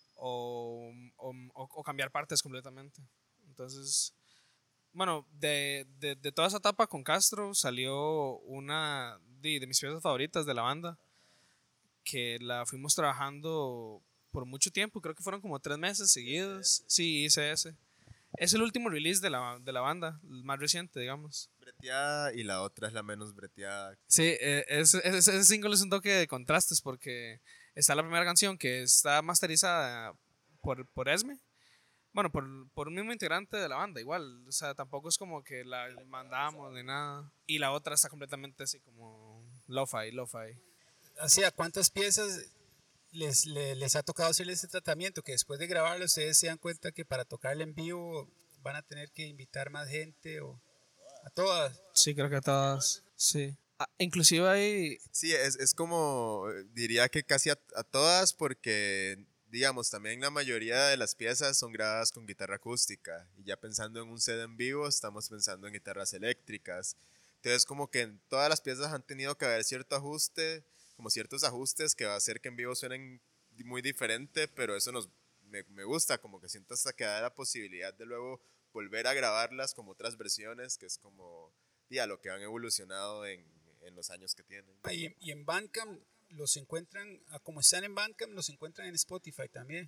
o cambiar partes completamente. Entonces, bueno, de toda esa etapa con Castro salió una de mis piezas favoritas de la banda, que la fuimos trabajando por mucho tiempo, creo que fueron como 3 meses seguidos. Sí, ICS. Es el último release de la banda, el más reciente, digamos. Breteada y la otra es la menos breteada. Sí, ese single es un toque de contrastes porque está la primera canción que está masterizada por Esme. Bueno, por un mismo integrante de la banda, igual. O sea, tampoco es como que la mandamos ni nada. Y la otra está completamente así como lo-fi. Así, ¿a cuántas piezas les ha tocado hacer ese tratamiento? Que después de grabarlo ustedes se dan cuenta que para tocarla en vivo van a tener que invitar más gente o a todas. Sí, creo que a todas, sí. Inclusive hay... Sí, es como, diría que casi a todas porque, digamos, también la mayoría de las piezas son grabadas con guitarra acústica y ya pensando en un set en vivo estamos pensando en guitarras eléctricas. Entonces como que en todas las piezas han tenido que haber cierto ajuste, como ciertos ajustes que va a hacer que en vivo suenen muy diferente, pero eso me gusta, como que siento hasta que da la posibilidad de luego volver a grabarlas como otras versiones, que es como a lo que han evolucionado en los años que tienen. Y en Bandcamp los encuentran, como están en Bandcamp, los encuentran en Spotify también.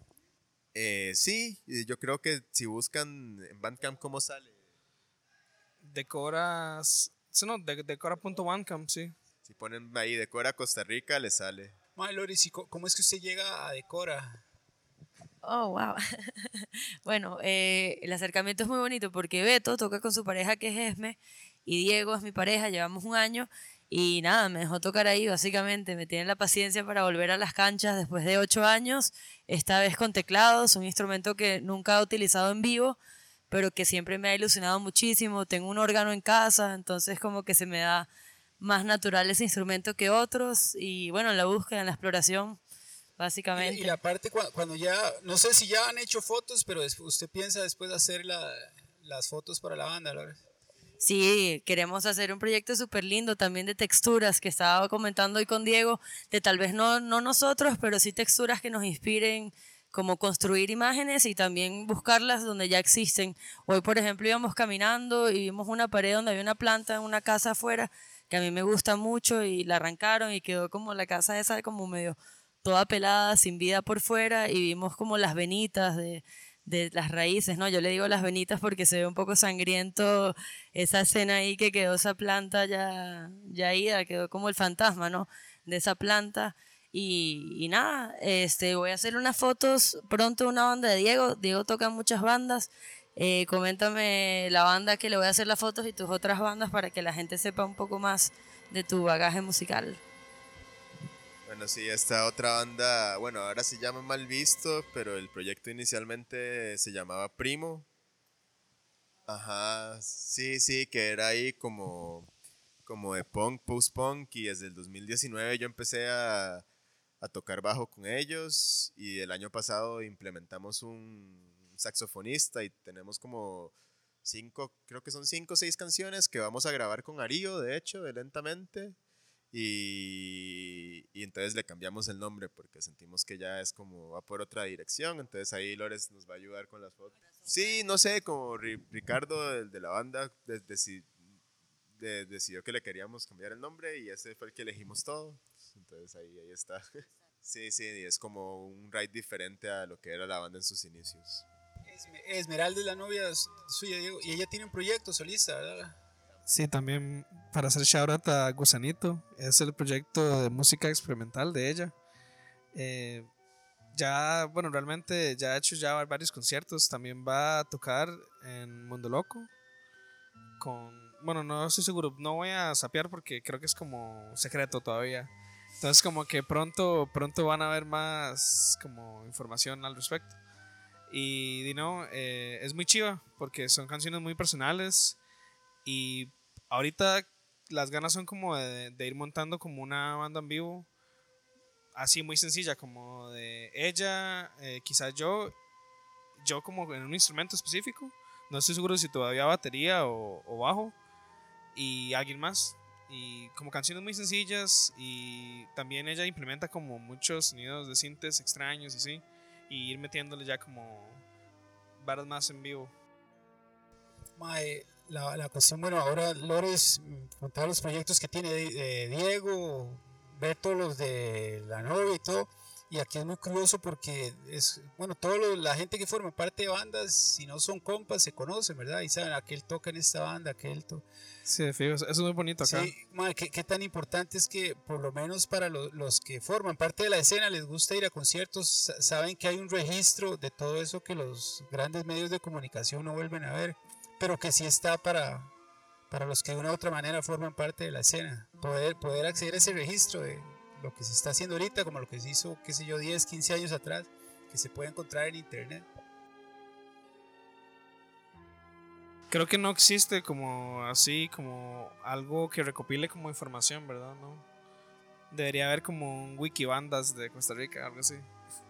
Sí, yo creo que si buscan en Bandcamp, ¿cómo sale? Decoras... No, decora.bandcamp, sí. Si ponen ahí Decora Costa Rica, les sale. Loris, ¿cómo es que usted llega a Decora? Oh, wow. Bueno, el acercamiento es muy bonito porque Beto toca con su pareja que es Esme y Diego es mi pareja, llevamos un año y nada, me dejó tocar ahí básicamente, me tienen la paciencia para volver a las canchas después de 8 años, esta vez con teclados, un instrumento que nunca he utilizado en vivo, pero que siempre me ha ilusionado muchísimo, tengo un órgano en casa, entonces como que se me da más natural ese instrumento que otros y bueno, en la búsqueda, en la exploración, básicamente. Y la parte cuando ya, no sé si ya han hecho fotos, pero usted piensa después de hacer las fotos para la banda, ¿verdad? Sí, queremos hacer un proyecto súper lindo también de texturas que estaba comentando hoy con Diego, de tal vez no nosotros, pero sí texturas que nos inspiren como construir imágenes y también buscarlas donde ya existen. Hoy, por ejemplo, íbamos caminando y vimos una pared donde había una planta en una casa afuera que a mí me gusta mucho y la arrancaron y quedó como la casa esa como medio toda pelada, sin vida por fuera y vimos como las venitas de las raíces, ¿no? Yo le digo las venitas porque se ve un poco sangriento esa escena ahí que quedó esa planta ya ida, quedó como el fantasma, ¿no? De esa planta. Y nada, voy a hacer unas fotos pronto de una banda de Diego. Diego toca en muchas bandas Coméntame la banda que le voy a hacer las fotos y tus otras bandas para que la gente sepa un poco más de tu bagaje musical. Bueno, sí, esta otra banda, bueno, ahora se llama Mal Visto, pero el proyecto inicialmente se llamaba Primo. Ajá, sí, sí, que era ahí como de punk, post-punk, y desde el 2019 yo empecé a tocar bajo con ellos, y el año pasado implementamos un saxofonista y tenemos como creo que son 5 o 6 canciones que vamos a grabar con Arío, de hecho, de Lentamente. Y entonces le cambiamos el nombre porque sentimos que ya es como va por otra dirección. Entonces ahí Lores nos va a ayudar con las fotos. Sí, no sé, como Ricardo, el de la banda, decidió que le queríamos cambiar el nombre y ese fue el que elegimos todo. Entonces ahí está. Sí, sí, y es como un ride diferente a lo que era la banda en sus inicios. Esmeralda es la novia suya, Diego, y ella tiene un proyecto solista, ¿verdad? Sí, también para hacer shoutout a Gusanito, es el proyecto de música experimental de ella. Ya, bueno, realmente ya ha hecho ya varios conciertos, también va a tocar en Mundo Loco bueno, no estoy seguro, no voy a sapear porque creo que es como secreto todavía. Entonces como que pronto van a haber más como información al respecto. Y no, es muy chiva porque son canciones muy personales y ahorita las ganas son como de ir montando como una banda en vivo así muy sencilla, como de ella, quizás yo como en un instrumento específico, no estoy seguro si todavía batería o bajo, y alguien más, y como canciones muy sencillas, y también ella implementa como muchos sonidos de sintes extraños y así, y ir metiéndole ya como varas más en vivo. Mae, la cuestión, bueno, ahora Lores, con todos los proyectos que tiene Diego, ver todos los de la novia y todo, y aquí es muy curioso porque es, bueno, la gente que forma parte de bandas, si no son compas, se conocen, ¿verdad? Y saben, aquel toca en esta banda, aquel toca. Sí, fijo, eso es muy bonito acá. Sí, mae, qué tan importante es que por lo menos para los que forman parte de la escena les gusta ir a conciertos, saben que hay un registro de todo eso que los grandes medios de comunicación no vuelven a ver, pero que sí está para los que de una u otra manera forman parte de la escena, poder acceder a ese registro de lo que se está haciendo ahorita, como lo que se hizo, qué sé yo, 10, 15 años atrás, que se puede encontrar en internet. Creo que no existe como así, como algo que recopile como información, ¿verdad? No. Debería haber como un wikibandas de Costa Rica, algo así.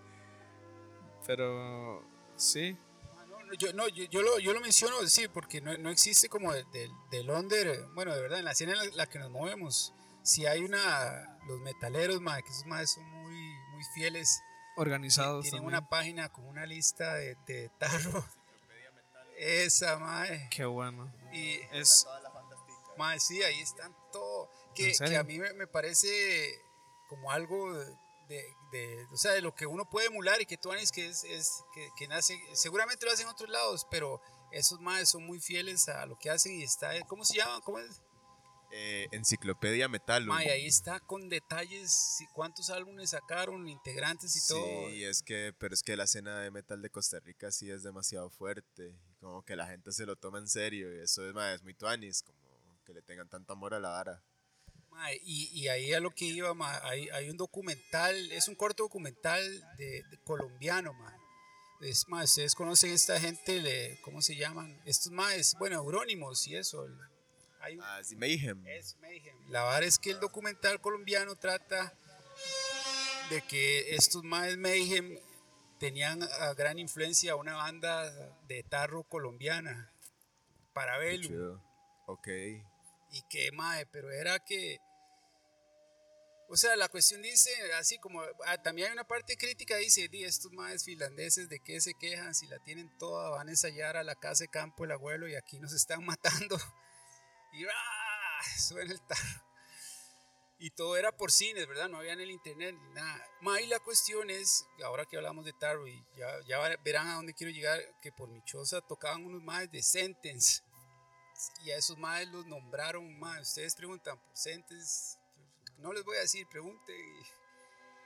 Pero sí. Yo lo menciono, sí, porque no existe como del under, bueno, de verdad, en la escena en la que nos movemos, si hay los metaleros, que esos más son muy fieles, Organizados tienen también. una página con una lista de tarro, esa, mae. Qué bueno. Y, Es, mae, sí, ahí están todo, ¿En que serio? a mí me parece como algo o sea, de lo que uno puede emular y que tú es que nace, seguramente lo hacen en otros lados, pero esos maes son muy fieles a lo que hacen y está, ¿cómo se llama? ¿Cómo es? Enciclopedia Metal. Mae, ahí está con detalles, cuántos álbumes sacaron, integrantes y todo. Sí, pero es que la escena de metal de Costa Rica sí es demasiado fuerte, como que la gente se lo toma en serio y eso es muy tuanis, como que le tengan tanto amor a la vara. Mae, y ahí a lo que iba, mae, hay un documental, es un corto documental de colombiano, mae. Es más, ustedes conocen a esta gente, ¿cómo se llaman? Estos maes, bueno, Eurónimos y eso. Sí, Mayhem. Es Mayhem. La verdad es que el documental colombiano trata de que estos maes Mayhem tenían a gran influencia a una banda de tarro colombiana, Parabellum. Chido. Ok. Y que, mae, pero era que, o sea, la cuestión dice, así como, también hay una parte crítica, dice, estos maes finlandeses, ¿de qué se quejan? Si la tienen toda, van a ensayar a la casa de campo el abuelo y aquí nos están matando. Y suena el tarro. Y todo era por cines, ¿verdad? No había en el internet ni nada. Y la cuestión es, ahora que hablamos de tarro, y ya verán a dónde quiero llegar, que por mi choza tocaban unos maes de Sentence. Y a esos maes los nombraron, ustedes preguntan por Sentence, no les voy a decir, pregunten.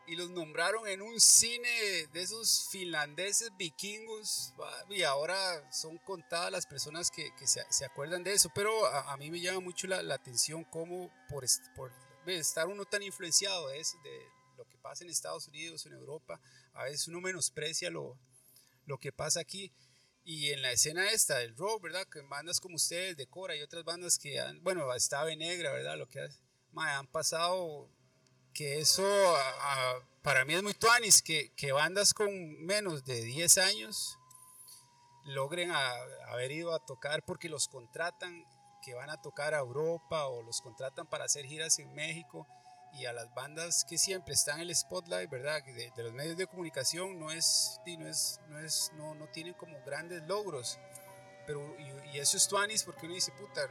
y los nombraron en un cine de esos finlandeses vikingos, y ahora son contadas las personas que se acuerdan de eso, pero a mí me llama mucho la atención cómo por estar uno tan influenciado de lo que pasa en Estados Unidos, en Europa, a veces uno menosprecia lo que pasa aquí. Y en la escena esta del rock, ¿verdad? Que bandas como ustedes, de Cora y otras bandas que bueno, está Ave Negra, ¿verdad? Lo que han pasado, que eso para mí es muy tuanis, que bandas con menos de 10 años logren haber ido a tocar porque los contratan, que van a tocar a Europa o los contratan para hacer giras en México, y a las bandas que siempre están en el spotlight, ¿verdad? De los medios de comunicación no tienen como grandes logros, pero y eso es tuanis porque uno dice, puta,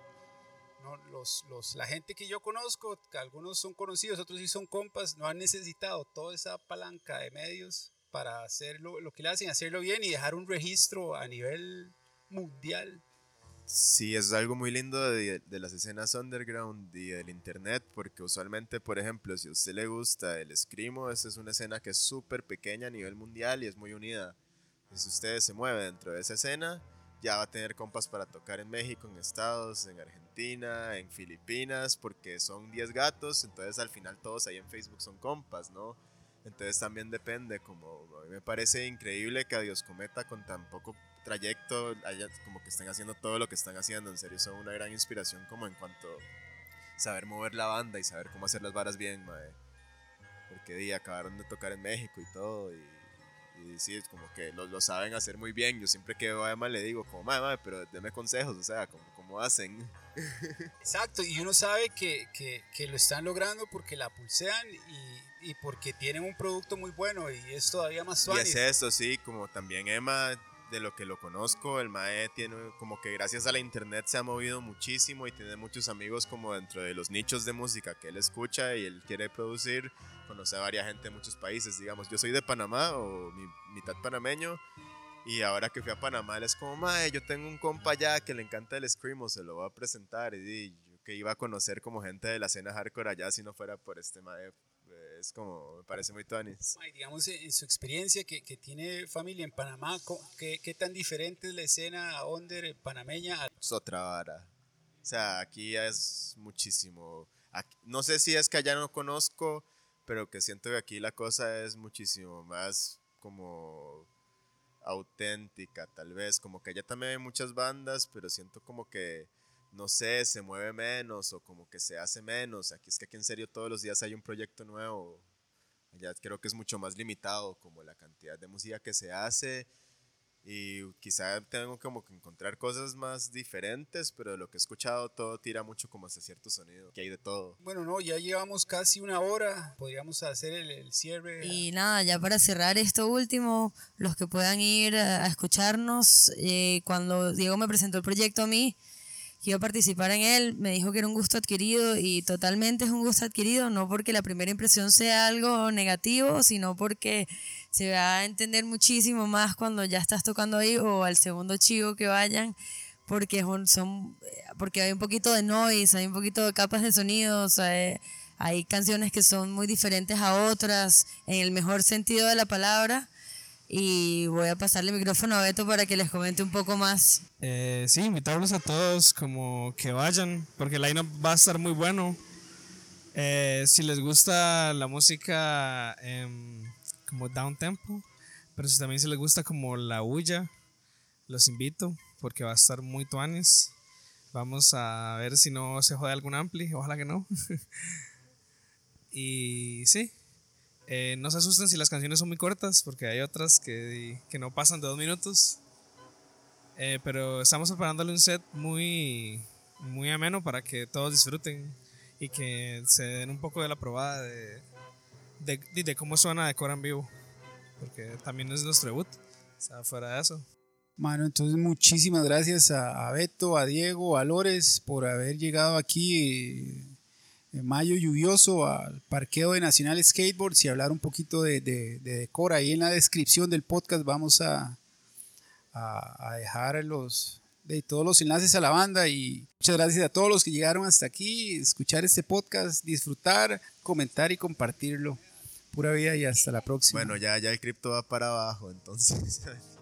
la gente que yo conozco, que algunos son conocidos, otros sí son compas, no han necesitado toda esa palanca de medios para hacer lo que le hacen, hacerlo bien y dejar un registro a nivel mundial. Sí, es algo muy lindo de las escenas underground y del internet, porque usualmente, por ejemplo, si a usted le gusta el screamo, esta es una escena que es súper pequeña a nivel mundial y es muy unida. Y si usted se mueve dentro de esa escena, ya va a tener compas para tocar en México, en Estados, en Argentina, en Filipinas, porque son 10 gatos, entonces al final todos ahí en Facebook son compas, ¿no? Entonces también depende, como a mí me parece increíble que Adiós Cometa con tan poco trayecto como que estén haciendo todo lo que están haciendo. En serio son una gran inspiración como en cuanto a saber mover la banda y saber cómo hacer las varas bien, mae. Porque acabaron de tocar en México y todo y sí, es como que lo saben hacer muy bien. Yo siempre que veo a Emma le digo como, mae, pero deme consejos, o sea, ¿cómo hacen? Exacto, y uno sabe que lo están logrando porque la pulsean y porque tienen un producto muy bueno, y es todavía más suave. Y es eso, sí, como también Emma, de lo que lo conozco, el mae tiene como que gracias a la internet se ha movido muchísimo y tiene muchos amigos como dentro de los nichos de música que él escucha y él quiere producir. Conoce a varias gente de muchos países, digamos, yo soy de Panamá o mitad panameño, y ahora que fui a Panamá él es como, mae, yo tengo un compa allá que le encanta el screamo, se lo voy a presentar, y yo que iba a conocer como gente de la escena hardcore allá si no fuera por este mae. Es como, me parece muy tuanis. Digamos, en su experiencia que tiene familia en Panamá, ¿qué tan diferente es la escena under panameña? Es otra vara. O sea, aquí es muchísimo. No sé si es que allá no conozco, pero que siento que aquí la cosa es muchísimo más como auténtica, tal vez. Como que allá también hay muchas bandas, pero siento como que no sé, se mueve menos o como que se hace menos. Aquí es que aquí en serio todos los días hay un proyecto nuevo. Allá creo que es mucho más limitado como la cantidad de música que se hace, y quizá tengo como que encontrar cosas más diferentes, pero de lo que he escuchado todo tira mucho como hacia cierto sonido, que hay de todo. Bueno, no, ya llevamos casi una hora, podríamos hacer el cierre. Y nada, ya para cerrar esto último, los que puedan ir a escucharnos, cuando Diego me presentó el proyecto a mí, que iba a participar en él, me dijo que era un gusto adquirido, y totalmente es un gusto adquirido, no porque la primera impresión sea algo negativo, sino porque se va a entender muchísimo más cuando ya estás tocando ahí o al segundo chivo que vayan, porque porque hay un poquito de noise, hay un poquito de capas de sonidos, hay canciones que son muy diferentes a otras en el mejor sentido de la palabra. Y voy a pasarle el micrófono a Beto para que les comente un poco más. Sí, invitarlos a todos como que vayan, porque el line-up va a estar muy bueno. Si les gusta la música como down tempo, pero si también les gusta como la bulla, los invito porque va a estar muy tuanis. Vamos a ver si no se jode algún ampli, ojalá que no. Y sí. No se asusten si las canciones son muy cortas, porque hay otras que no pasan de 2 minutos. Pero estamos preparándole un set muy, muy ameno para que todos disfruten y que se den un poco de la probada de cómo suena de Cora en vivo, porque también es nuestro debut. O sea, fuera de eso. Mano, entonces muchísimas gracias a Beto, a Diego, a Lores por haber llegado aquí en mayo lluvioso al parqueo de Nacional Skateboards y hablar un poquito de Cora. Ahí en la descripción del podcast vamos a dejar todos los enlaces a la banda, y muchas gracias a todos los que llegaron hasta aquí, escuchar este podcast, disfrutar, comentar y compartirlo. Pura vida y hasta la próxima. Bueno, ya el cripto va para abajo, entonces.